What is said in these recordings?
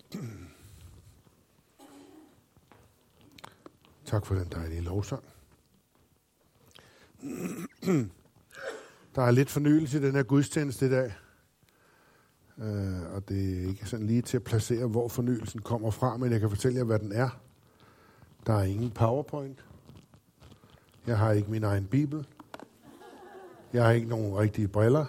Tak for den dejlige lovsang. Der er lidt fornyelse i den her gudstjeneste i dag. Og det er ikke sådan lige til at placere, hvor fornyelsen kommer fra, men jeg kan fortælle jer, hvad den er. Der er ingen PowerPoint. Jeg har ikke min egen bibel. Jeg har ikke nogen rigtige briller.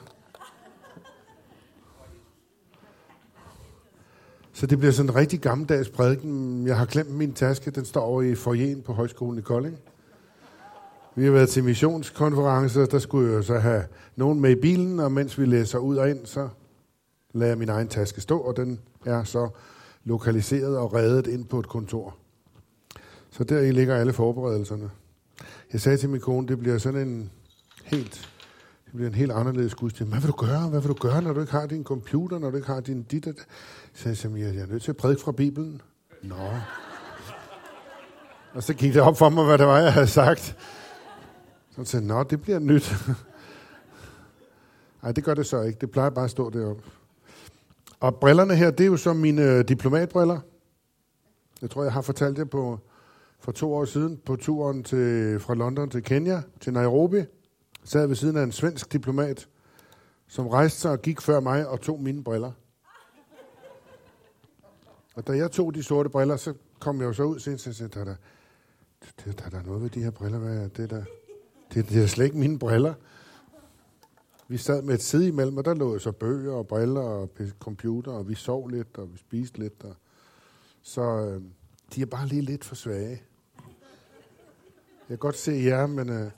Så det bliver sådan en rigtig gammeldags prædiken. Jeg har glemt min taske. Den står over i foyeren på Højskolen i Kolding. Vi har været til missionskonferencer. Der skulle jeg så have nogen med i bilen, og mens vi læser ud og ind, så lader jeg min egen taske stå, og den er så lokaliseret og reddet ind på et kontor. Så deri ligger alle forberedelserne. Jeg sagde til min kone, det bliver sådan en helt anderledes gudstjeneste. Hvad vil du gøre? Hvad vil du gøre, når du ikke har din computer, når du ikke har din dit? Så jeg sagde, jeg er nødt til at prædike fra Bibelen. Nå. Og så gik det op for mig, hvad det var, jeg havde sagt. Så sagde jeg, det bliver nyt. Nej, det gør det så ikke. Det plejer bare at stå deroppe. Og brillerne her, det er jo så mine diplomatbriller. Jeg tror, jeg har fortalt det for 2 år siden på turen fra London til Kenya, til Nairobi. Sad ved siden af en svensk diplomat, som rejste sig og gik før mig og tog mine briller. Og da jeg tog de sorte briller, så kom jeg jo så ud, og sagde, der er noget ved de her briller. Det er slet ikke mine briller. Vi sad med et sæde imellem, og der lå så bøger og briller og computer, og vi sov lidt, og vi spiste lidt. Så de er bare lige lidt for svage. Jeg kan godt se jer, men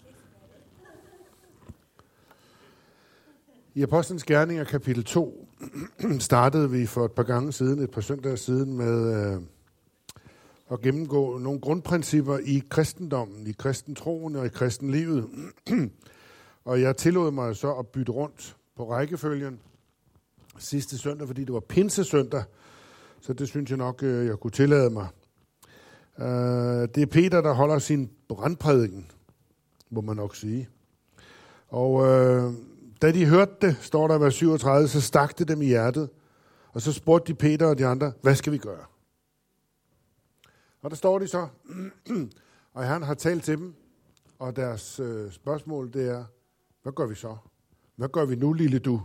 i Apostlenes Gerninger kapitel 2 startede vi for et par søndage siden, med at gennemgå nogle grundprincipper i kristendommen, i kristentroen og i kristenlivet. Og jeg tillod mig så at bytte rundt på rækkefølgen sidste søndag, fordi det var pinsesøndag, så det synes jeg nok, jeg kunne tillade mig. Det er Peter, der holder sin brandprædiken, må man nok sige. Og da de hørte det, står der i vers 37, så stak det dem i hjertet, og så spurgte de Peter og de andre, hvad skal vi gøre? Og der står de så, og han har talt til dem, og deres spørgsmål det er, hvad gør vi så? Hvad gør vi nu, lille du?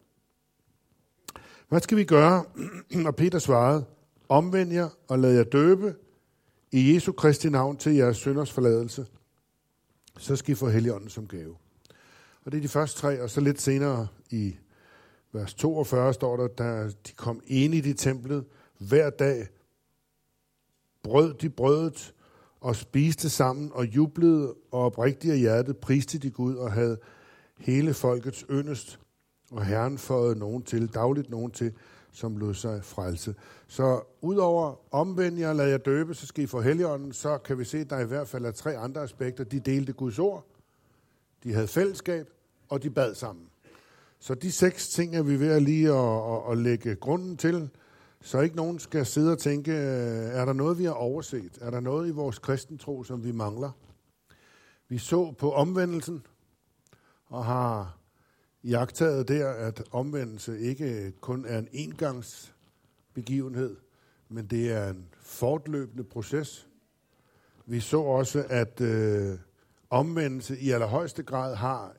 Hvad skal vi gøre? Og Peter svarede, omvend jer og lad jer døbe i Jesu Kristi navn til jeres synders forladelse. Så skal I få Helligånden som gave. Og det er de første 3, og så lidt senere i vers 42 står der, da de kom enigt i templet, hver dag brød de brødet og spiste sammen og jublede og oprigtigt af hjertet priste de Gud og havde hele folkets yndest, og Herren fåede dagligt nogen til, som lod sig frelse. Så udover omvend jer og lad jer døbe, så skal I få Helligånden, så kan vi se, at der i hvert fald er 3 andre aspekter. De delte Guds ord, de havde fællesskab, og de bad sammen. Så de 6 ting er vi ved at lige at lægge grunden til, så ikke nogen skal sidde og tænke, er der noget, vi har overset? Er der noget i vores kristentro, som vi mangler? Vi så på omvendelsen, og har iagttaget der, at omvendelse ikke kun er en engangsbegivenhed, men det er en fortløbende proces. Vi så også, at omvendelse i allerhøjeste grad har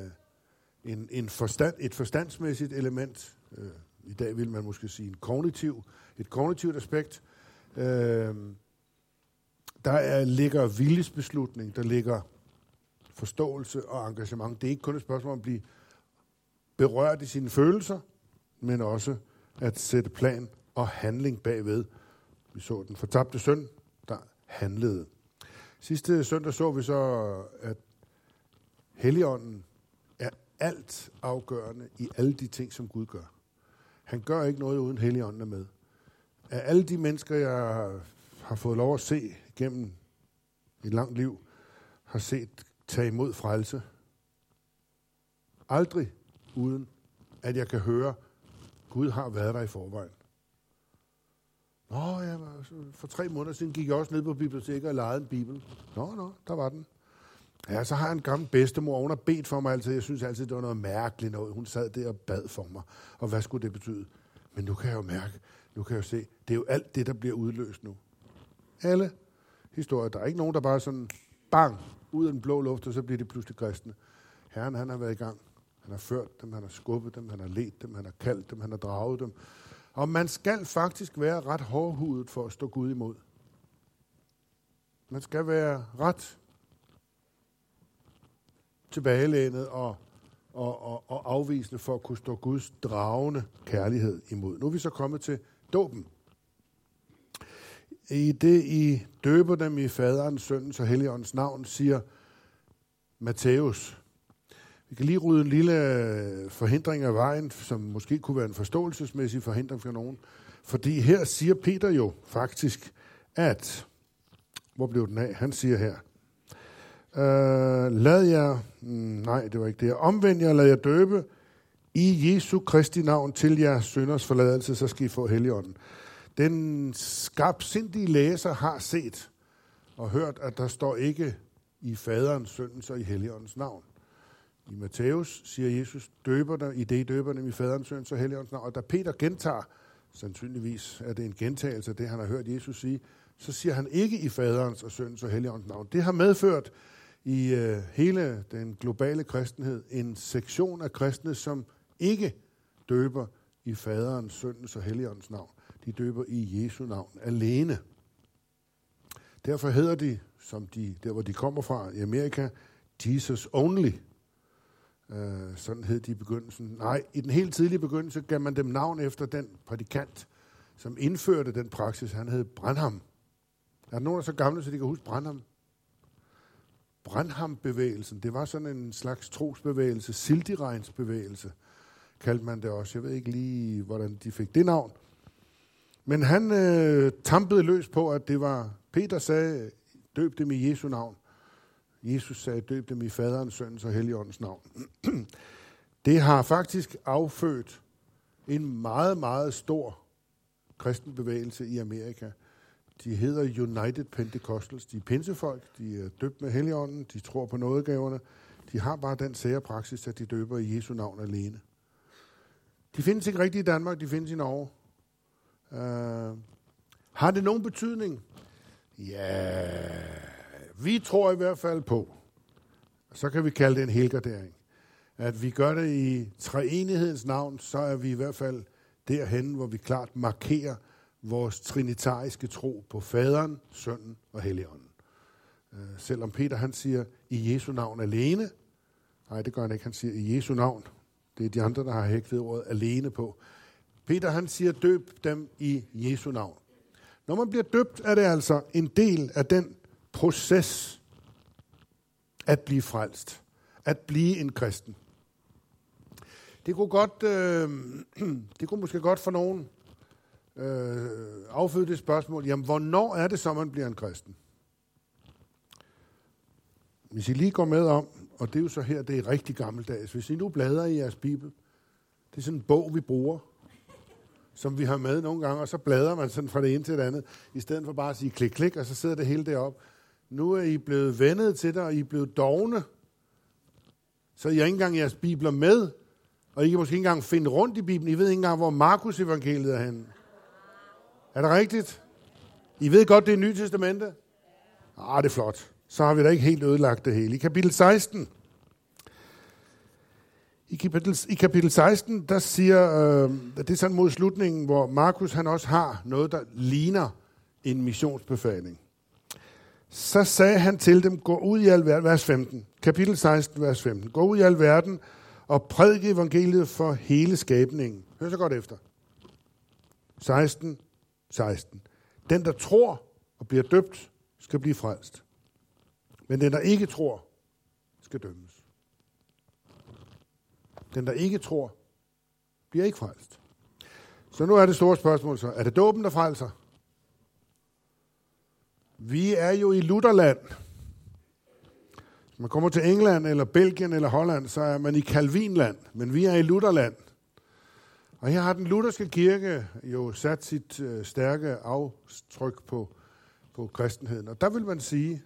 et forstandsmæssigt element. I dag vil man måske sige et kognitivt aspekt. Der ligger viljesbeslutning, der ligger forståelse og engagement. Det er ikke kun et spørgsmål om at blive berørt i sine følelser, men også at sætte plan og handling bagved. Vi så den fortabte søn, der handlede. Sidste søndag så vi så, at Helligånden er alt afgørende i alle de ting, som Gud gør. Han gør ikke noget, uden Helligånden er med. Af alle de mennesker, jeg har fået lov at se gennem et langt liv, har set tage imod frelse. Aldrig uden, at jeg kan høre, Gud har været der i forvejen. For 3 måneder siden gik jeg også ned på biblioteket og lejede en bibel. Der var den. Ja, så har jeg en gammel bedstemor, hun har bedt for mig altid. Jeg synes altid, det var noget mærkeligt noget. Hun sad der og bad for mig. Og hvad skulle det betyde? Men nu kan jeg jo mærke, Nu kan jeg jo se, det er jo alt det, der bliver udløst nu. Alle historier. Der er ikke nogen, der bare sådan, bang, ud af den blå luft, og så bliver de pludselig kristne. Herren, han har været i gang. Han har ført dem, han har skubbet dem, han har ledt dem, han har kaldt dem, han har draget dem. Og man skal faktisk være ret hårdhudet for at stå Gud imod. Man skal være ret tilbagelænet og afvisende for at kunne stå Guds dragende kærlighed imod. Nu er vi så kommet til dåben. I det, I døber dem i faderens, søndens og helligåndens navn, siger Matthæus. Vi kan lige rydde en lille forhindring af vejen, som måske kunne være en forståelsesmæssig forhindring for nogen. Fordi her siger Peter jo faktisk, at... Hvor blev den af? Han siger her. Lad jer... Nej, det var ikke det. Omvend jer, lad jer døbe i Jesu Kristi navn til jeres synders forladelse, så skal I få Helligånden. Den skarpsindige læser har set og hørt, at der står ikke i faderens, søndens og i Helligåndens navn. I Matthæus siger Jesus, døber dem, i det I døber dem i faderens, søndens og Helligåndens navn. Og da Peter gentager, sandsynligvis er det en gentagelse af det, han har hørt Jesus sige, så siger han ikke i faderens og søndens og Helligåndens navn. Det har medført i hele den globale kristenhed en sektion af kristne, som ikke døber i faderens, søndens og Helligåndens navn. De døber i Jesu navn alene. Derfor hedder de, som de, der hvor de kommer fra i Amerika, Jesus only. Sådan hed de i begyndelsen. Nej, i den helt tidlige begyndelse gav man dem navn efter den prædikant, som indførte den praksis. Han hed Branham. Er der nogen, der er så gamle, så de kan huske Branham? Branham-bevægelsen, det var sådan en slags trosbevægelse, sildiregnsbevægelse, kaldte man det også. Jeg ved ikke lige, hvordan de fik det navn. Men han tampede løs på, at det var, Peter sagde, døb dem i Jesu navn. Jesus sagde, døb dem i faderens, søndens og helligåndens navn. Det har faktisk affødt en meget, meget stor kristen bevægelse i Amerika. De hedder United Pentecostals. De er pinsefolk, de er døbt med Helligånden, de tror på nådegaverne. De har bare den sære praksis, at de døber i Jesu navn alene. De findes ikke rigtigt i Danmark, de findes i Norge. Har det nogen betydning? Ja, vi tror i hvert fald på, så kan vi kalde det en helgardering, at vi gør det i treenighedens navn, så er vi i hvert fald derhen, hvor vi klart markerer vores trinitariske tro på faderen, sønnen og helligånden. Selvom Peter han siger i Jesu navn alene, nej det gør han ikke, han siger i Jesu navn, det er de andre, der har hægtet ordet alene på. Peter han siger døb dem i Jesu navn. Når man bliver døbt, er det altså en del af den proces at blive frelst, at blive en kristen. Det kunne måske godt for nogen afføde det spørgsmål, jamen hvornår er det så, man bliver en kristen? Hvis I lige går med om, og det er jo så her, det er rigtig gammeldags, hvis I nu bladrer i jeres bibel, det er sådan en bog, vi bruger, som vi har med nogle gange, og så bladrer man sådan fra det ene til det andet, i stedet for bare at sige klik, klik, og så sidder det hele deroppe. Nu er I blevet vendet til det, og I er blevet dovne, så I har ikke engang jeres bibler med, og I kan måske ikke engang finde rundt i Bibelen. I ved ikke engang, hvor Markus evangeliet er henne. Er det rigtigt? I ved godt, det er Nye Testamente? Det er flot. Så har vi da ikke helt ødelagt det hele. I kapitel 16, I kapitel 16, der siger, det er sådan mod slutningen, hvor Markus han også har noget, der ligner en missionsbefaling. Så sagde han til dem, gå ud i al verden, vers 15, kapitel 16, vers 15, gå ud i al verden og prædike evangeliet for hele skabningen. Hør så godt efter. 16. Den, der tror og bliver døbt, skal blive frelst. Men den, der ikke tror, skal dømmes. Den, der ikke tror, bliver ikke frelst. Så nu er det store spørgsmål så. Er det dåben, der frelser? Vi er jo i Lutherland. Hvis man kommer til England, eller Belgien, eller Holland, så er man i Calvinland. Men vi er i Lutherland. Og her har den lutherske kirke jo sat sit stærke aftryk på kristenheden. Og der vil man sige,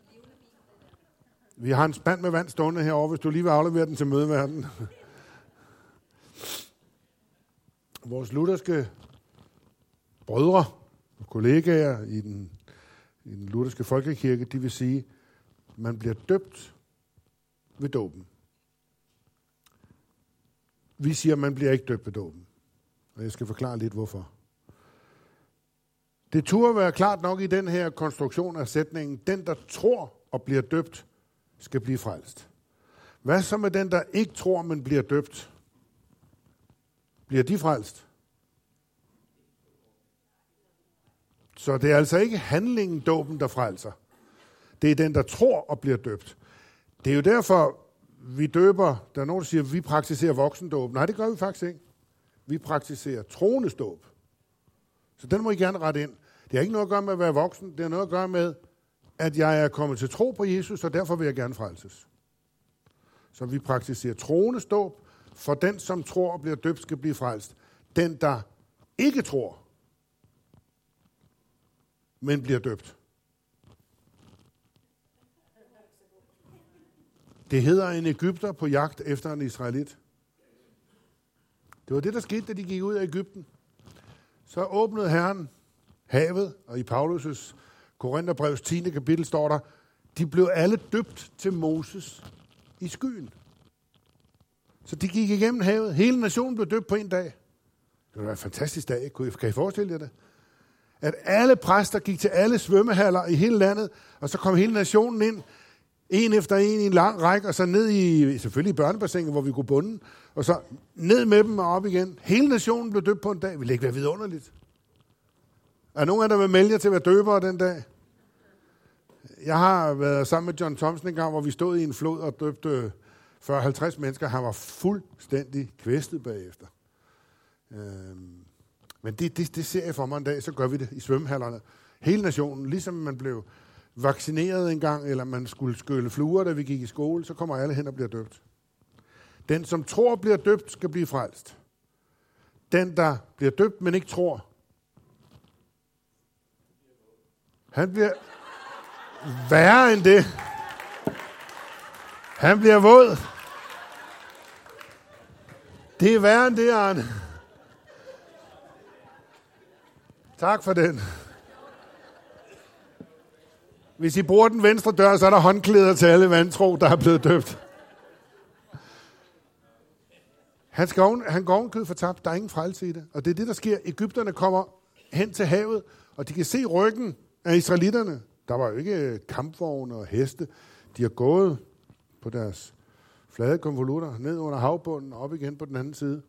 vi har en spand med vand stående herovre, hvis du lige vil aflevere den til mødeværten. Vores lutherske brødre og kollegaer i den lutherske folkekirke, de vil sige, at man bliver døbt ved dåben. Vi siger, at man bliver ikke døbt ved dåben. Og jeg skal forklare lidt, hvorfor. Det turde være klart nok i den her konstruktion af sætningen, den, der tror og bliver døbt, skal blive frelst. Hvad så med den, der ikke tror, men bliver døbt? Bliver de frelst? Så det er altså ikke handlingen, dåben, der frelser. Det er den, der tror og bliver døbt. Det er jo derfor, vi døber, der er nogen, der siger, at vi praktiserer voksendåb. Nej, det gør vi faktisk ikke. Vi praktiserer troendes dåb. Så den må I gerne rette ind. Det har ikke noget at gøre med at være voksen. Det har noget at gøre med, at jeg er kommet til tro på Jesus, og derfor vil jeg gerne frelses. Så vi praktiserer troendes dåb, for den, som tror og bliver døbt, skal blive frelst. Den, der ikke tror, men bliver døbt. Det hedder en egypter på jagt efter en israelit. Det var det, der skete, da de gik ud af Egypten. Så åbnede Herren havet, og i Paulus' Korintherbrevs 10. kapitel står der, de blev alle døbt til Moses i skyen. Så de gik igennem havet. Hele nationen blev døbt på en dag. Det var en fantastisk dag. Kan I forestille jer det? At alle præster gik til alle svømmehaller i hele landet, og så kom hele nationen ind, en efter en i en lang række, og så ned i, selvfølgelig i børnebassinet, hvor vi kunne bunde, og så ned med dem og op igen. Hele nationen blev døbt på en dag. Ville det ikke være vidunderligt? Er nogen af jer, der vil melde jer til at være døbere den dag? Jeg har været sammen med John Thomsen en gang, hvor vi stod i en flod og døbte 40-50 mennesker. Han var fuldstændig kvæstet bagefter. Men det ser jeg for mig en dag, så gør vi det i svømmehallerne. Hele nationen, ligesom man blev vaccineret en gang, eller man skulle skylle fluer, da vi gik i skole, så kommer alle hen og bliver døbt. Den, som tror bliver døbt, skal blive frelst. Den, der bliver døbt, men ikke tror, han bliver værre end det. Han bliver våd. Det er værre end det, Arne. Tak for den. Hvis I bruger den venstre dør, så er der håndklæder til alle vantro, der er blevet døbt. Han går ovenkød fortabt. Der er ingen frelse i det. Og det er det, der sker. Egypterne kommer hen til havet, og de kan se ryggen af israelitterne. Der var jo ikke kampvogne og heste. De har gået på deres flade konvolutter ned under havbunden og op igen på den anden side.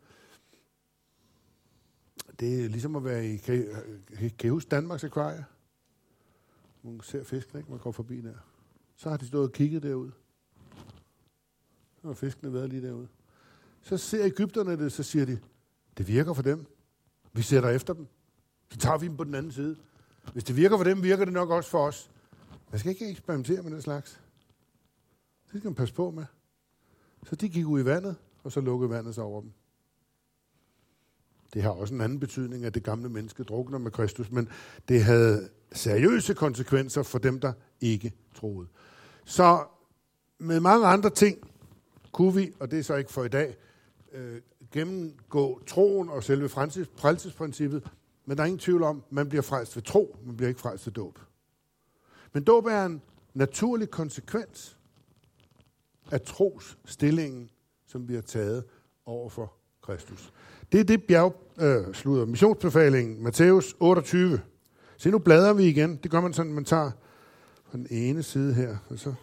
Det er ligesom at være i, kan I huske Danmarks Akvarie? Man ser fisken, ikke? Man går forbi der. Så har de stået og kigget derud. Så har fiskene været lige derude. Så ser Egypterne det, så siger de, det virker for dem. Vi sætter efter dem. Så tager vi dem på den anden side. Hvis det virker for dem, virker det nok også for os. Man skal ikke eksperimentere med den slags. Det skal man passe på med. Så de gik ud i vandet, og så lukkede vandet sig over dem. Det har også en anden betydning, at det gamle menneske drukner med Kristus, men det havde seriøse konsekvenser for dem, der ikke troede. Så med mange andre ting kunne vi, og det er så ikke for i dag, gennemgå troen og selve frelsesprincippet, men der er ingen tvivl om, at man bliver frelst ved tro, man bliver ikke frelst ved dåb. Men dåb er en naturlig konsekvens af trosstillingen, som vi har taget over for Kristus. Det er det missionsbefalingen, Matthæus 28. Se, nu bladrer vi igen. Det gør man sådan, man tager på den ene side her. Og så.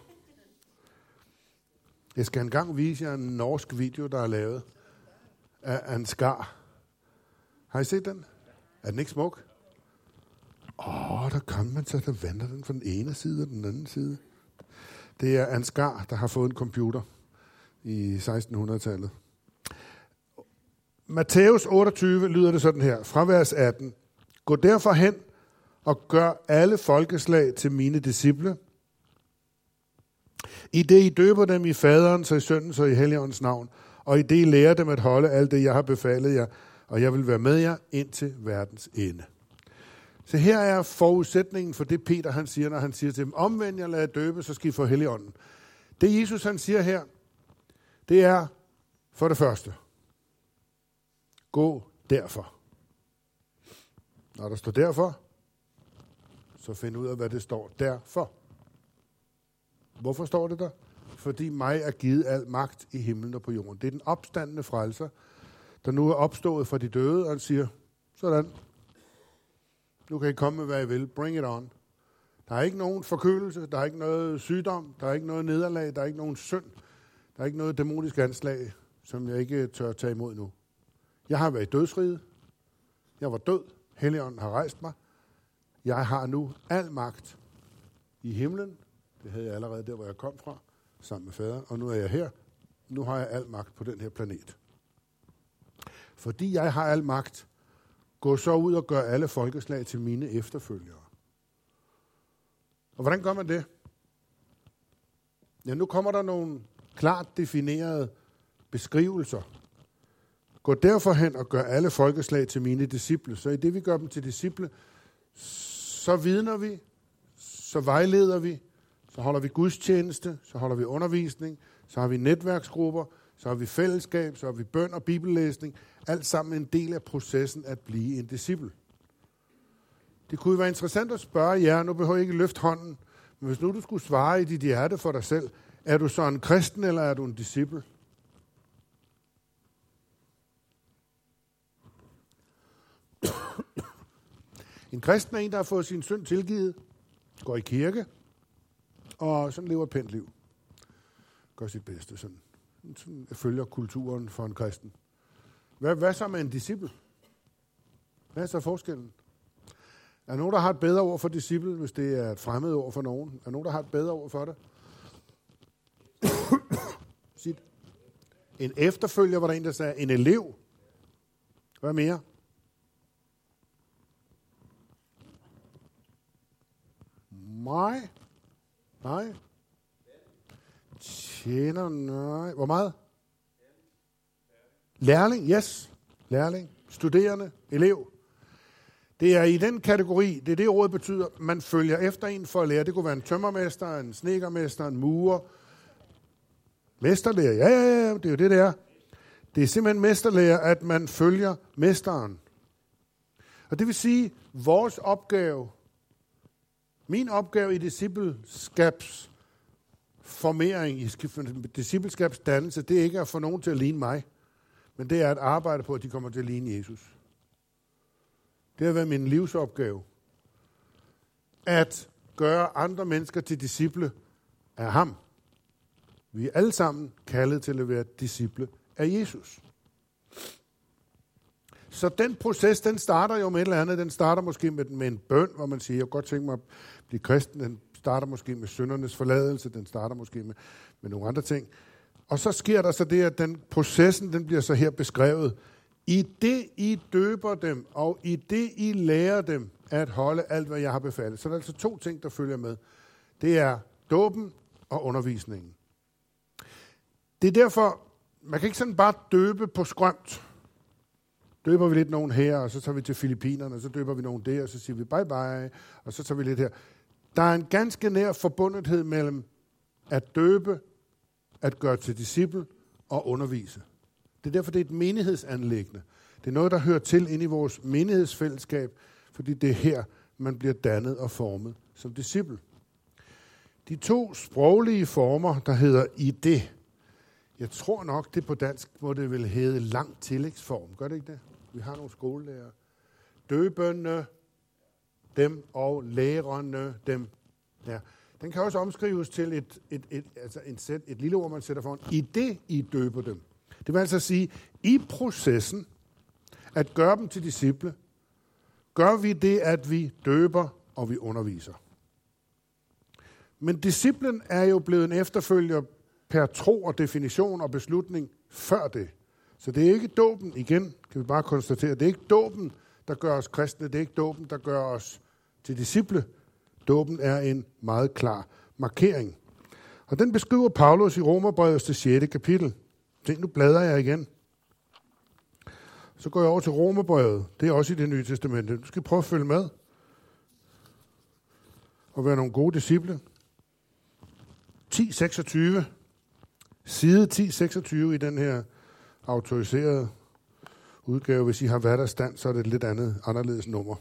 Jeg skal engang vise jer en norsk video, der er lavet af en skar. Har I set den? Er den ikke smuk? Der kan man så, der vandrer den fra den ene side og den anden side. Det er Ansgar, der har fået en computer i 1600-tallet. Matthæus 28 lyder det sådan her, fra vers 18. Gå derfor hen og gør alle folkeslag til mine disciple. I det I døber dem i faderens og i søndens og i Helligåndens navn, og i det I lærer dem at holde alt det, jeg har befalet jer, og jeg vil være med jer indtil verdens ende. Så her er forudsætningen for det, Peter han siger, når han siger til dem, omvend jer, lad jer døbe, så skal I få Helligånden. Det Jesus han siger her, det er for det første, gå derfor. Når der står derfor, så find ud af, hvad det står derfor. Hvorfor står det der? Fordi mig er givet al magt i himlen og på jorden. Det er den opstandende frelser, der nu er opstået fra de døde, og han siger, sådan, nu kan I komme med, hvad I vil. Bring it on. Der er ikke nogen forkølelse, der er ikke noget sygdom, der er ikke noget nederlag, der er ikke nogen synd, der er ikke noget dæmonisk anslag, som jeg ikke tør tage imod nu. Jeg har været i dødsriget. Jeg var død. Helligånden har rejst mig. Jeg har nu al magt i himlen. Det havde jeg allerede der, hvor jeg kom fra, sammen med faderen. Og nu er jeg her. Nu har jeg al magt på den her planet. Fordi jeg har al magt, gå så ud og gør alle folkeslag til mine efterfølgere. Og hvordan gør man det? Ja, nu kommer der nogle klart definerede beskrivelser. Gå derfor hen og gør alle folkeslag til mine disciple. Så i det, vi gør dem til disciple, så vidner vi, så vejleder vi, så holder vi gudstjeneste, så holder vi undervisning, så har vi netværksgrupper, så har vi fællesskab, så har vi bøn og bibellæsning. Alt sammen en del af processen at blive en disciple. Det kunne være interessant at spørge jer, nu behøver I ikke løfte hånden, men hvis nu du skulle svare i dit hjerte for dig selv, er du så en kristen, eller er du en disciple? En kristen er en, der har fået sin synd tilgivet, går i kirke, og sådan lever et pænt liv. Gør sit bedste. Sådan følger kulturen for en kristen. Hvad så med en disciple? Hvad er så forskellen? Er nogen, der har et bedre ord for disciple, hvis det er et fremmed ord for nogen? Er nogen, der har et bedre ord for det? En efterfølger, var der en, der sagde. En elev. Hvad mere? Nej. Tjener, nej. Hvor meget? Lærling, yes. Lærling. Studerende, elev. Det er i den kategori, det er det ordet betyder, man følger efter en for at lære. Det kunne være en tømmermester, en snedkermester, en murer. Mesterlærer, ja, det er jo det, det er. Det er simpelthen mesterlærer, at man følger mesteren. Og det vil sige, vores opgave, min opgave i discipleskabsformering, i discipleskabsdannelse, det er ikke at få nogen til at ligne mig, men det er at arbejde på, at de kommer til at ligne Jesus. Det har været min livsopgave. At gøre andre mennesker til disciple af ham. Vi er alle sammen kaldet til at være disciple af Jesus. Så den proces, den starter jo med et eller andet. Den starter måske med en bøn, hvor man siger, jeg kunne godt tænke mig at blive kristen. Den starter måske med syndernes forladelse. Den starter måske med nogle andre ting. Og så sker der så det, at den processen, den bliver så her beskrevet. I det, I døber dem, og i det, I lærer dem at holde alt, hvad jeg har befalet. Så der er altså 2 ting, der følger med. Det er dåben og undervisningen. Det er derfor, man kan ikke sådan bare døbe på skrømt. Døber vi lidt nogen her, og så tager vi til Filippinerne, og så døber vi nogen der, og så siger vi bye bye, og så tager vi lidt her. Der er en ganske nær forbundethed mellem at døbe, at gøre til disciple og undervise. Det er derfor, det er et menighedsanliggende. Det er noget, der hører til inde i vores menighedsfællesskab, fordi det er her, man bliver dannet og formet som disciple. De 2 sproglige former, der hedder i det. Jeg tror nok, det på dansk, hvor det vil hedde lang tillægsform. Gør det ikke det? Vi har nogle skolelærer. Døbende, dem, og lærerne, dem. Ja. Den kan også omskrives til et lille ord, man sætter foran. I det, I døber dem. Det vil altså sige, i processen at gøre dem til disciple, gør vi det, at vi døber og vi underviser. Men disciplen er jo blevet en efterfølger per tro og definition og beslutning før det. Så det er ikke dåben, igen kan vi bare konstatere, det er ikke dåben, der gør os kristne, det er ikke dåben, der gør os til disciple. Dåben er en meget klar markering. Og den beskriver Paulus i Romerbrevets 6. kapitel. Se, nu bladrer jeg igen. Så går jeg over til Romerbrevet. Det er også i Det Nye Testamente. Du skal prøve at følge med. Og være nogle gode disciple. 10:26. Side 10:26 i den her autoriserede udgave. Hvis I har været der stand, så er det et lidt anderledes nummer.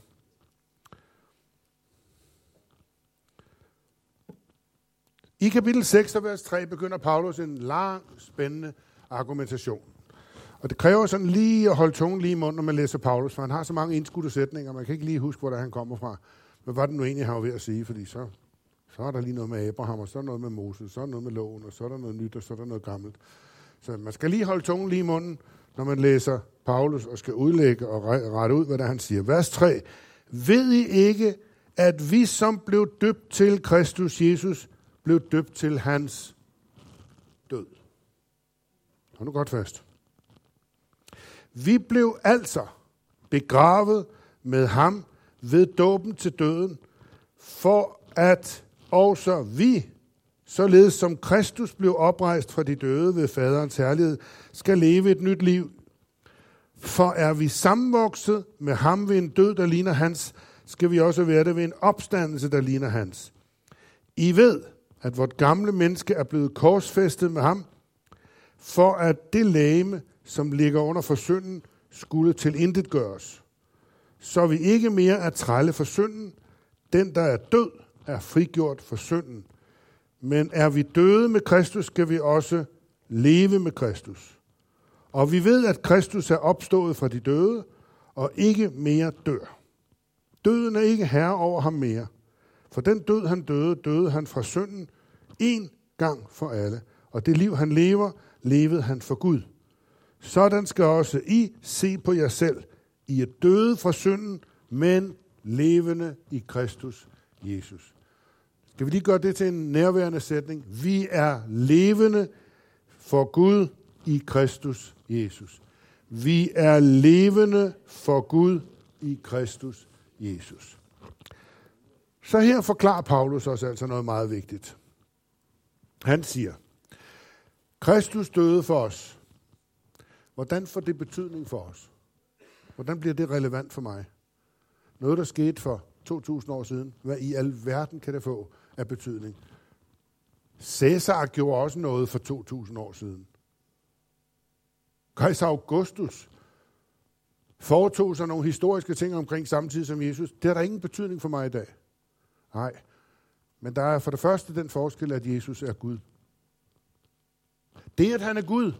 I kapitel 6, vers 3, begynder Paulus en lang, spændende argumentation. Og det kræver sådan lige at holde tungen lige i munden, når man læser Paulus, for han har så mange indskudte sætninger, man kan ikke lige huske, hvor han kommer fra. Men hvad er det nu egentlig, han var ved at sige? Fordi så er der lige noget med Abraham, og så er der noget med Moses, så er der noget med loven, og så er der noget nyt, og så er der noget gammelt. Så man skal lige holde tungen lige i munden, når man læser Paulus, og skal udlægge og rette ud, hvad der han siger. Vers 3. Ved I ikke, at vi, som blev døbt til Kristus Jesus, blev døbt til hans død? Hold nu godt fast. Vi blev altså begravet med ham ved dåben til døden, for at også vi, således som Kristus blev oprejst fra de døde ved faderens herlighed, skal leve et nyt liv. For er vi sammenvokset med ham ved en død, der ligner hans, skal vi også være det ved en opstandelse, der ligner hans. I ved, at vort gamle menneske er blevet korsfæstet med ham, for at det legeme, som ligger under for synden, skulle tilintetgøres. Så vi ikke mere er trælle for synden. Den, der er død, er frigjort for synden. Men er vi døde med Kristus, skal vi også leve med Kristus. Og vi ved, at Kristus er opstået fra de døde, og ikke mere dør. Døden er ikke herre over ham mere. For den død, han døde, døde han fra synden en gang for alle. Og det liv, han lever, levede han for Gud. Sådan skal også I se på jer selv. I er døde fra synden, men levende i Kristus Jesus. Skal vi lige gøre det til en nærværende sætning? Vi er levende for Gud i Kristus Jesus. Vi er levende for Gud i Kristus Jesus. Så her forklarer Paulus os altså noget meget vigtigt. Han siger, Kristus døde for os. Hvordan får det betydning for os? Hvordan bliver det relevant for mig? Noget, der skete for 2000 år siden. Hvad i alverden kan det få af betydning? Cæsar gjorde også noget for 2000 år siden. Kejser Augustus foretog sig nogle historiske ting omkring samtidig som Jesus. Det har der ingen betydning for mig i dag. Nej. Men der er for det første den forskel, at Jesus er Gud. Det, at han er Gud,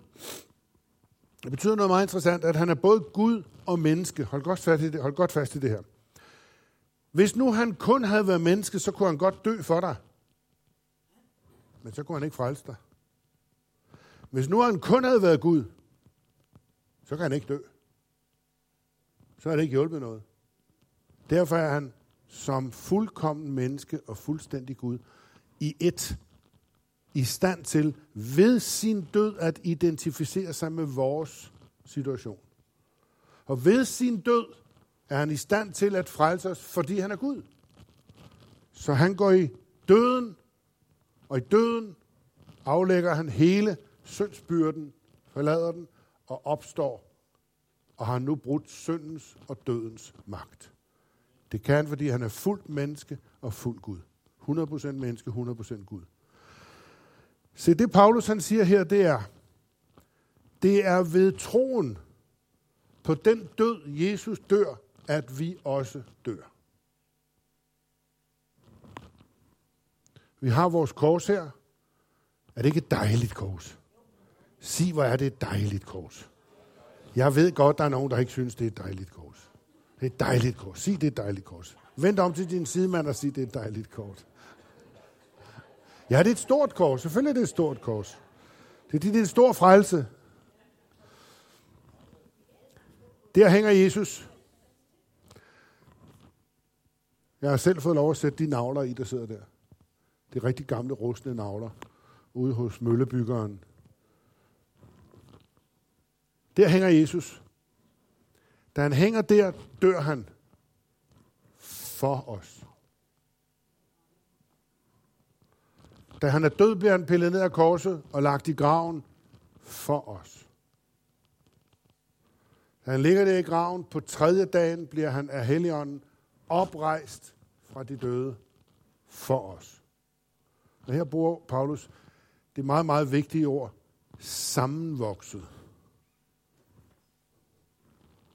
det betyder noget meget interessant, at han er både Gud og menneske. Hold godt fast i det her. Hvis nu han kun havde været menneske, så kunne han godt dø for dig. Men så kunne han ikke frelse dig. Hvis nu han kun havde været Gud, så kan han ikke dø. Så har det ikke hjulpet noget. Derfor er han som fuldkommen menneske og fuldstændig Gud i ét. I stand til ved sin død at identificere sig med vores situation. Og ved sin død er han i stand til at frelse os, fordi han er Gud. Så han går i døden, og i døden aflægger han hele syndsbyrden, forlader den og opstår, og har nu brudt syndens og dødens magt. Det kan han, fordi han er fuldt menneske og fuldt Gud. 100% menneske, 100% Gud. Se, det Paulus han siger her, det er ved troen på den død, Jesus dør, at vi også dør. Vi har vores kors her. Er det ikke et dejligt kors? Sig, hvor er det et dejligt kors. Jeg ved godt, der er nogen, der ikke synes, det er et dejligt kors. Det er et dejligt kors. Sig, det er et dejligt kors. Vent om til din sidemand og sig, det er et dejligt kors. Ja, det er et stort kors. Selvfølgelig er det et stort kors. Det er en stor frelse. Der hænger Jesus. Jeg har selv fået lov at sætte de nagler i, der sidder der. Det er rigtig gamle, rustne nagler ude hos møllebyggeren. Der hænger Jesus. Da han hænger der, dør han for os. Da han er død, bliver han pillet ned af korset og lagt i graven for os. Da han ligger der i graven, på 3. dagen bliver han af Helligånden oprejst fra de døde for os. Og her bruger Paulus det meget, meget vigtige ord, sammenvokset.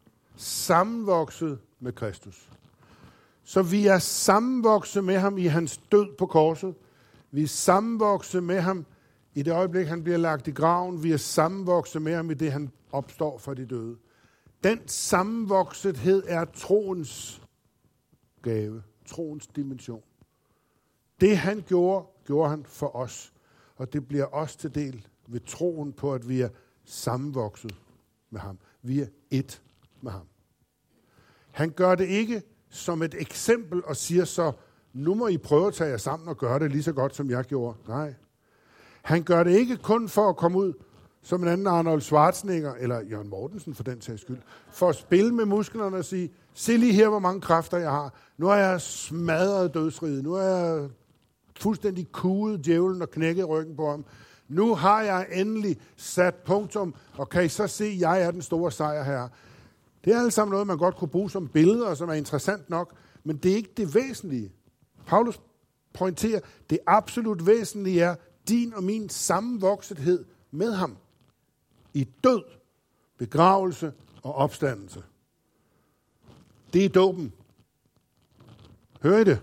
sammenvokset med Kristus. Så vi er sammenvokset med ham i hans død på korset. Vi er sammenvokset med ham i det øjeblik, han bliver lagt i graven. Vi er sammenvokset med ham i det, han opstår fra de døde. Den sammenvoksethed er troens gave, troens dimension. Det han gjorde han for os. Og det bliver os til del ved troen på, at vi er sammenvokset med ham. Vi er ét med ham. Han gør det ikke som et eksempel og siger så, nu må I prøve at tage jer sammen og gøre det lige så godt, som jeg gjorde. Nej. Han gør det ikke kun for at komme ud som en anden Arnold Schwarzenegger, eller Jørgen Mortensen for den sags skyld, for at spille med musklerne og sige, se lige her, hvor mange kræfter jeg har. Nu har jeg smadret dødsriget. Nu har jeg fuldstændig kuget djævlen og knækket ryggen på ham. Nu har jeg endelig sat punktum, og kan I så se, at jeg er den store sejr her. Det er alt sammen noget, man godt kunne bruge som billeder, som er interessant nok, men det er ikke det væsentlige. Paulus pointerer, det absolut væsentlige er din og min sammenvoksethed med ham. I død, begravelse og opstandelse. Det er dåben. Hører I det?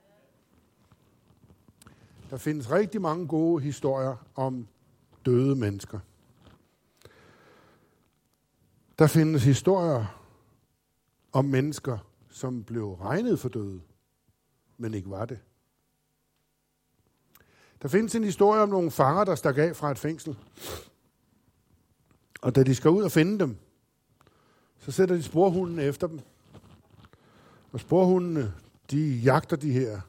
Der findes rigtig mange gode historier om døde mennesker. Der findes historier om mennesker, som blev regnet for døde, men ikke var det. Der findes en historie om nogle fanger, der stak af fra et fængsel. Og da de skal ud og finde dem, så sætter de sporhundene efter dem. Og sporhundene, de jagter de her.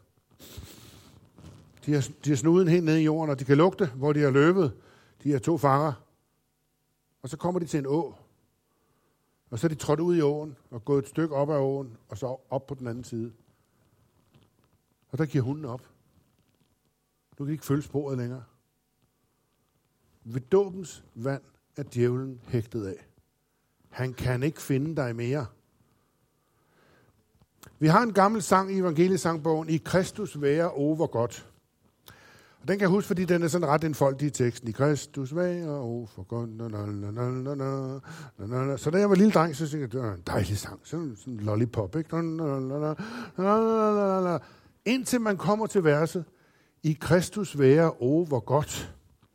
De har snuden helt ned i jorden, og de kan lugte, hvor de har løbet, de her 2 fanger. Og så kommer de til en å. Og så er de trådt ud i åen, og gået et stykke op ad åen, og så op på den anden side. Og der giver hunden op. Nu kan de ikke følge sporet længere. Ved dåbens vand er djævlen hægtet af. Han kan ikke finde dig mere. Vi har en gammel sang i evangeliesangbogen, I Kristus være, hvor godt. Og den kan jeg huske, fordi den er sådan ret enfoldig i teksten. I Kristus være, for godt. Så da jeg var lille dreng, så synes jeg, det var en dejlig sang. Sådan en lollipop, ikke? Indtil man kommer til verset, I Kristus være, hvor godt.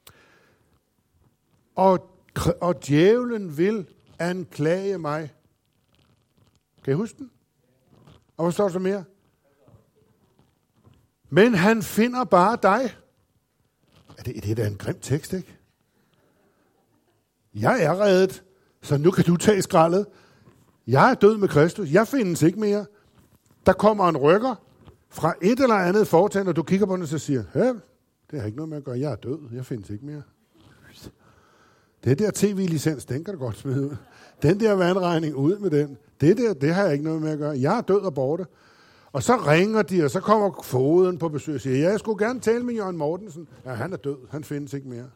Og djævlen vil anklage mig. Kan I huske den? Og hvad står der så mere? Men han finder bare dig. Det er da en grim tekst, ikke? Jeg er reddet, så nu kan du tage skraldet. Jeg er død med Kristus. Jeg findes ikke mere. Der kommer en rykker fra et eller andet foretagende, og du kigger på den og så siger, det har ikke noget med at gøre. Jeg er død. Jeg findes ikke mere. Det der tv-licens, den kan du godt smide ud. Den der vandregning, ud med den. Det har jeg ikke noget med at gøre. Jeg er død og borte. Og så ringer de, og så kommer foden på besøg og siger, ja, jeg skulle gerne tale med Jørgen Mortensen. Ja, han er død. Han findes ikke mere.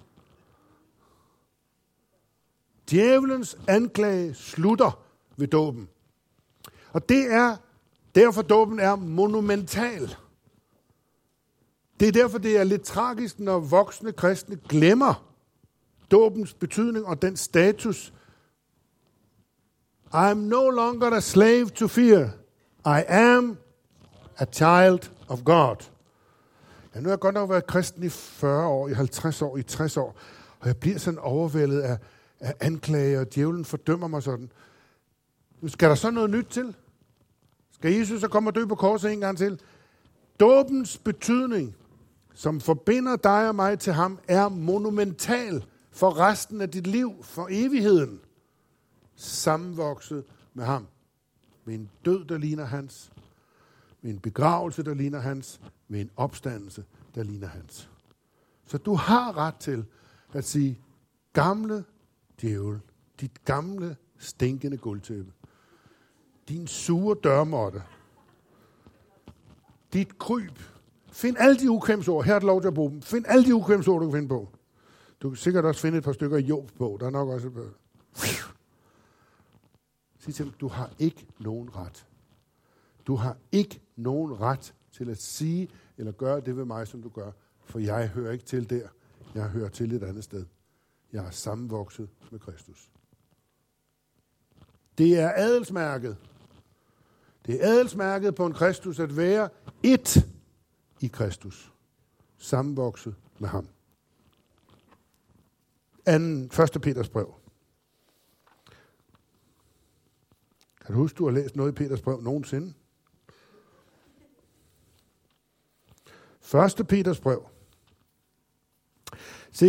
Djævelens anklage slutter ved dåben. Og det er derfor dåben er monumental. Det er derfor, det er lidt tragisk, når voksne kristne glemmer dåbens betydning og den status. I am no longer a slave to fear. I am a child of God. Ja, nu har jeg godt nok været kristen i 40 år, i 50 år, i 60 år, og jeg bliver sådan overvældet af anklager, og djævlen fordømmer mig sådan. Skal der så noget nyt til? Skal Jesus så komme og dø på korset en gang til? Dåbens betydning, som forbinder dig og mig til ham, er monumental for resten af dit liv, for evigheden. Sammenvokset med ham. Med en død, der ligner hans. Med en begravelse, der ligner hans. Med en opstandelse, der ligner hans. Så du har ret til at sige, gamle djævel, dit gamle, stinkende guldtæppe, din sure dørmåtte, dit kryb, find alle de ukvemsord, her er det lov til at bruge dem, find alle de ukvemsord, du kan finde på. Du kan sikkert også finde et par stykker i Jobs bog, der er nok også et par. Sig til dem, du har ikke nogen ret. Du har ikke nogen ret til at sige eller gøre det ved mig, som du gør, for jeg hører ikke til der. Jeg hører til et andet sted. Jeg er sammenvokset med Kristus. Det er adelsmærket. Det er adelsmærket på en Kristus at være ét i Kristus. Sammenvokset med ham. 1. Peters brev. Kan du huske, du har læst noget i Peters brev nogensinde? 1. Peters brev. Se,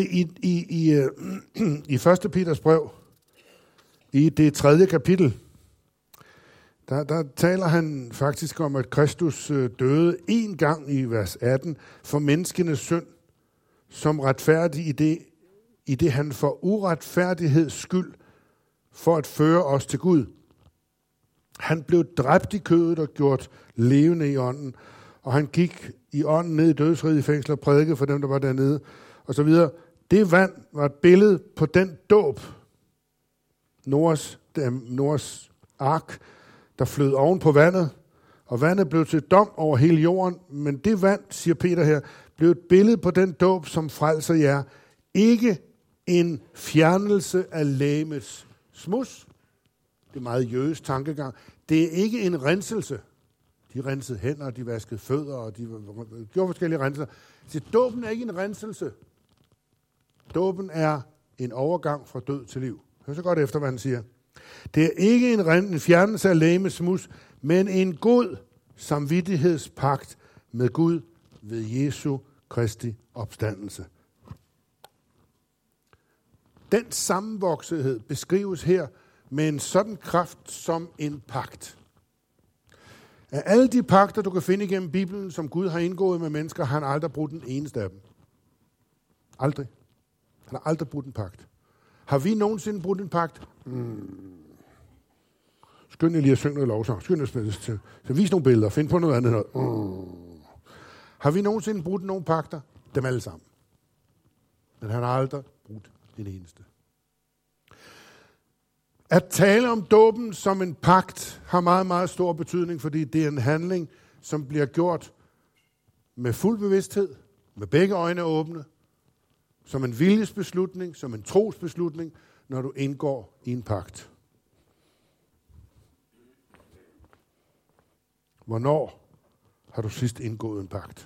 i 1. Peters brev, i det 3. kapitel, der taler han faktisk om, at Kristus døde en gang i vers 18 for menneskenes synd, som retfærdig i det han for uretfærdigheds skyld for at føre os til Gud. Han blev dræbt i kødet og gjort levende i ånden, og han gik i ånden ned i dødsriget i fængsel og prædikede for dem, der var dernede, og så videre. Det vand var et billede på den dåb, Noahs ark, der flød oven på vandet, og vandet blev til dom over hele jorden, men det vand, siger Peter her, blev et billede på den dåb, som frelser jer. Ikke en fjernelse af legemets smuds. Det er meget jødisk tankegang. Det er ikke en renselse. De rensede hænder, de vaskede fødder, og de gjorde forskellige renselser. Så dåben er ikke en renselse. Dåben er en overgang fra død til liv. Hør så godt efter, hvad han siger. Det er ikke en fjernelse af legemets smuds, men en god samvittighedspagt med Gud ved Jesu Kristi opstandelse. Den sammenvoksethed beskrives her med en sådan kraft som en pagt. Af alle de pagter, du kan finde igennem Bibelen, som Gud har indgået med mennesker, har han aldrig brudt den eneste af dem. Aldrig. Han har aldrig brudt en pagt. Har vi nogensinde brudt en pagt? Skynd jer lige at synge noget lovsang. Skynd jer at vise nogle billeder. Find på noget andet. Har vi nogensinde brudt nogle pagter? Dem alle sammen. Men han har aldrig brudt den eneste. At tale om dåben som en pagt har meget, meget stor betydning, fordi det er en handling, som bliver gjort med fuld bevidsthed, med begge øjne åbne, som en viljesbeslutning, som en trosbeslutning, når du indgår i en pagt. Hvornår har du sidst indgået en pagt?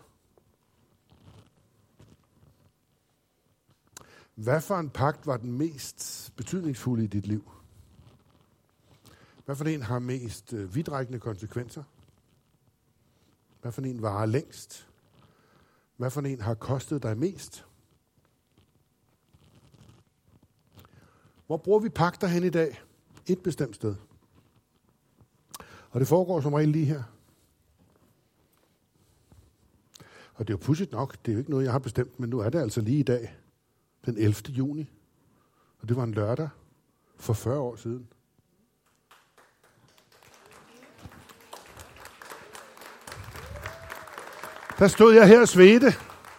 Hvad for en pagt var den mest betydningsfulde i dit liv? Hvad for en har mest vidtrækkende konsekvenser? Hvad for en varer længst? Hvad for en har kostet dig mest? Hvor bruger vi pagter hen i dag? Et bestemt sted. Og det foregår som regel lige her. Og det er jo pudsigt nok, det er jo ikke noget, jeg har bestemt, men nu er det altså lige i dag, den 11. juni. Og det var en lørdag for 40 år siden. Der stod jeg her og svedte,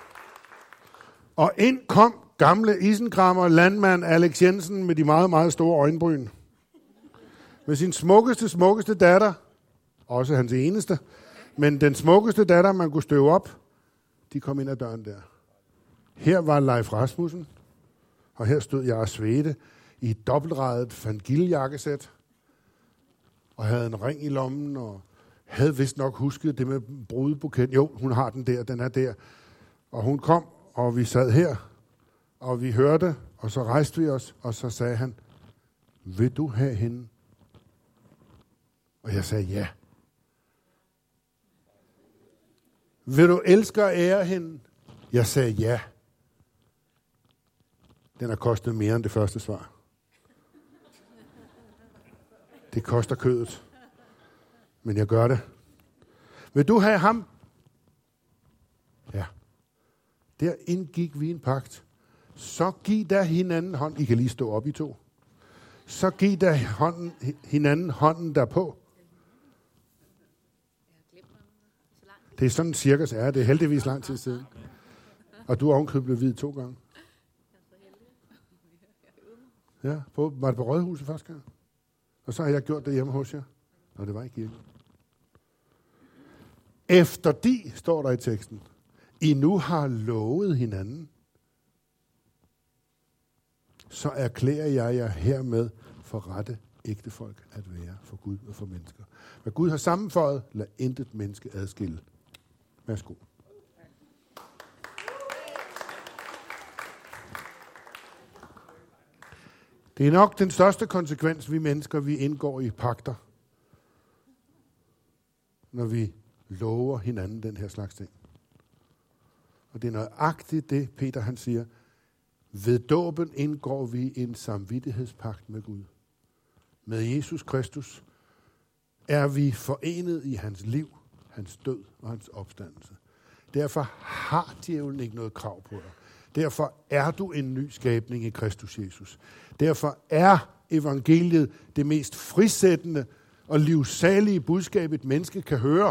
og ind kom gamle isenkrammer landmand Alex Jensen med de meget, meget store øjenbryn. Med sin smukkeste datter, også hans eneste, men den smukkeste datter, man kunne støve op, de kom ind ad døren der. Her var Leif Rasmussen, og her stod jeg og svedte i et dobbeltradet Van Gil-jakkesæt, og havde en ring i lommen, og havde vist nok husket det med brudebuketten. Jo, hun har den der, den er der. Og hun kom, og vi sad her, og vi hørte, og så rejste vi os, og så sagde han, vil du have hende? Og jeg sagde ja. Vil du elske og ære hende? Jeg sagde ja. Den har kostet mere end det første svar. Det koster kødet. Men jeg gør det. Vil du have ham? Ja. Der indgik vi en pagt. Så giv der hinanden hånd. I kan lige stå op i to. Så giv der hinanden hånden derpå. Det er sådan cirka, ja, det er heldigvis lang tid siden. Og du har ovenkøbet hvid 2 gange. Ja, var det på Rådhuset første gang? Og så har jeg gjort det hjemme hos jer. Nå, det var i kirken. Efter de, står der i teksten, I nu har lovet hinanden, så erklærer jeg jer hermed for rette ægte folk at være for Gud og for mennesker. Hvad Gud har sammenføjet, lad intet menneske adskille. Værsgo. Det er nok den største konsekvens, vi mennesker, vi indgår i pagter, når vi lover hinanden den her slags ting. Og det er nøjagtigt det, Peter han siger. Ved dåben indgår vi en samvittighedspagt med Gud. Med Jesus Kristus er vi forenet i hans liv, hans død og hans opstandelse. Derfor har djævlen ikke noget krav på dig. Derfor er du en ny skabning i Kristus Jesus. Derfor er evangeliet det mest frisættende og livssalige budskab, et menneske kan høre.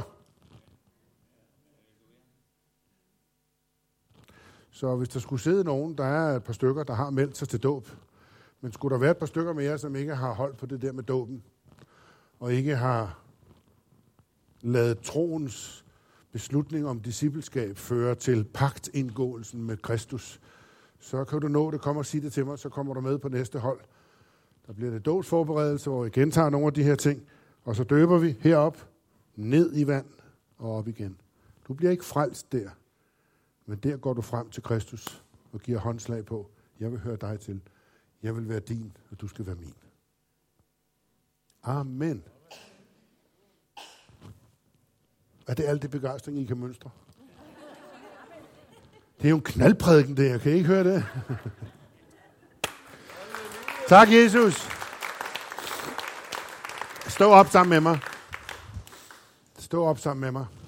Så hvis der skulle sidde nogen, der er et par stykker, der har meldt sig til dåb, men skulle der være et par stykker mere, som ikke har holdt på det der med dåben, og ikke har ladet troens beslutning om discipleskab føre til pagtindgåelsen med Kristus, så kan du nå det. Kom og sig det til mig, så kommer du med på næste hold. Der bliver det dåbsforberedelse, hvor vi gentager nogle af de her ting, og så døber vi herop, ned i vand og op igen. Du bliver ikke frelst der, men der går du frem til Kristus og giver håndslag på, jeg vil høre dig til. Jeg vil være din, og du skal være min. Amen. Er det alt det begejstring, I kan mønstre? Det er jo en knaldprædiken, det her. Kan I ikke høre det? Tak, Jesus. Stå op sammen med mig. Stå op sammen med mig.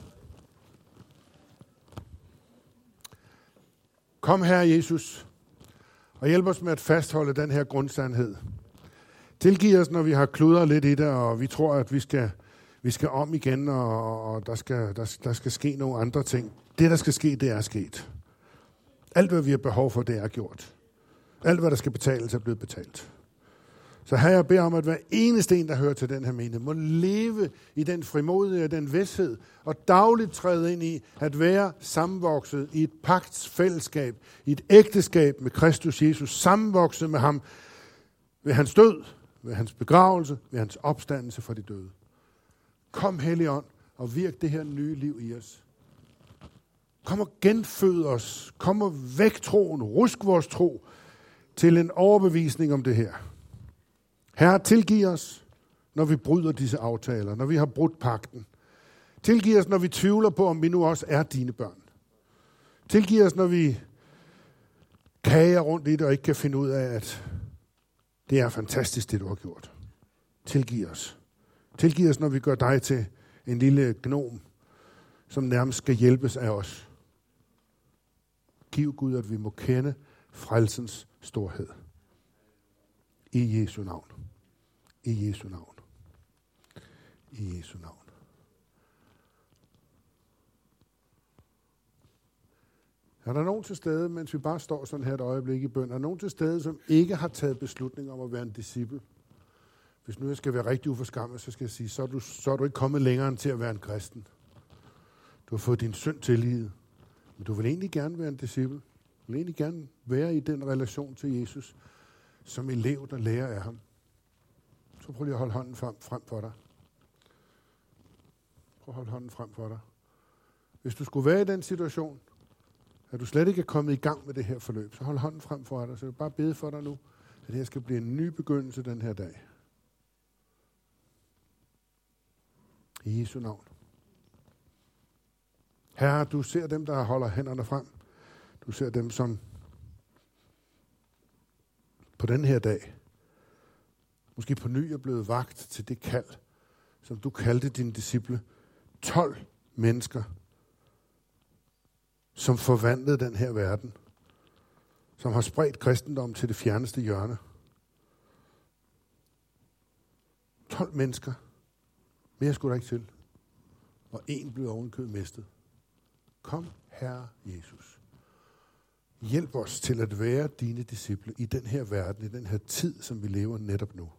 Kom, Herre Jesus, og hjælp os med at fastholde den her grundsandhed. Tilgiv os, når vi har kludret lidt i det, og vi tror, at vi skal om igen, og der skal ske nogle andre ting. Det, der skal ske, det er sket. Alt, hvad vi har behov for, det er gjort. Alt, hvad der skal betales, er blevet betalt. Så her jeg beder om, at hver eneste en, der hører til den her menighed, må leve i den frimodighed og den vidshed, og dagligt træde ind i at være sammenvokset i et pagtsfællesskab, i et ægteskab med Kristus Jesus, sammenvokset med ham ved hans død, ved hans begravelse, ved hans opstandelse fra de døde. Kom, Helligånd, og virk det her nye liv i os. Kom og genfød os. Kom og væk troen. Rusk vores tro til en overbevisning om det her. Herre, tilgiv os, når vi bryder disse aftaler, når vi har brudt pagten. Tilgiv os, når vi tvivler på, om vi nu også er dine børn. Tilgiv os, når vi kager rundt i det og ikke kan finde ud af, at det er fantastisk, det du har gjort. Tilgiv os. Tilgiv os, når vi gør dig til en lille gnom, som nærmest skal hjælpes af os. Giv Gud, at vi må kende frelsens storhed. I Jesu navn. I Jesu navn. I Jesu navn. Er der nogen til stede, mens vi bare står sådan her et øjeblik i bøn, er der nogen til stede, som ikke har taget beslutning om at være en disciple? Hvis nu jeg skal være rigtig uforskammet, så skal jeg sige, så er du ikke kommet længere end til at være en kristen. Du har fået din synd tilgivet, men du vil egentlig gerne være en disciple. Du vil egentlig gerne være i den relation til Jesus, som elev, der lærer af ham. Så prøv lige at holde hånden frem for dig. Prøv at holde hånden frem for dig. Hvis du skulle være i den situation, at du slet ikke er kommet i gang med det her forløb, så hold hånden frem for dig. Så jeg vil bare bede for dig nu, at det her skal blive en ny begyndelse den her dag. I Jesu navn. Herre, du ser dem, der holder hænderne frem. Du ser dem, som på den her dag måske på ny er blevet vagt til det kald, som du kaldte dine disciple. 12 mennesker, som forvandlede den her verden, som har spredt kristendom til det fjerneste hjørne. 12 mennesker. Mere skulle der ikke til. Og en blev ovenkøbet mistet. Kom, Herre Jesus. Hjælp os til at være dine disciple i den her verden, i den her tid, som vi lever netop nu.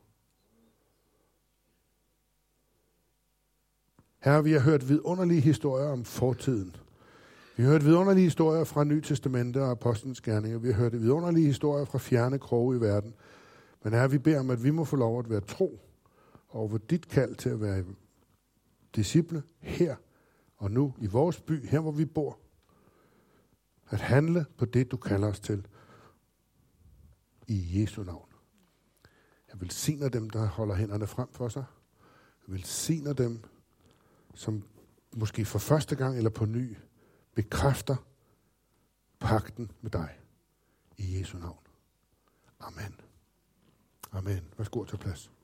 Herre, vi har hørt vidunderlige historier om fortiden. Vi har hørt vidunderlige historier fra Nye Testamente og Apostlenes Gerninger. Vi har hørt vidunderlige historier fra fjerne kroge i verden. Men Herre, vi beder om, at vi må få lov at være tro over dit kald til at være disciple her og nu i vores by, her hvor vi bor. At handle på det, du kalder os til. I Jesu navn. Jeg velsigner dem, der holder hænderne frem for sig. Jeg velsigner dem, som måske for første gang eller på ny bekræfter pagten med dig. I Jesu navn. Amen. Amen. Værsgo til plads.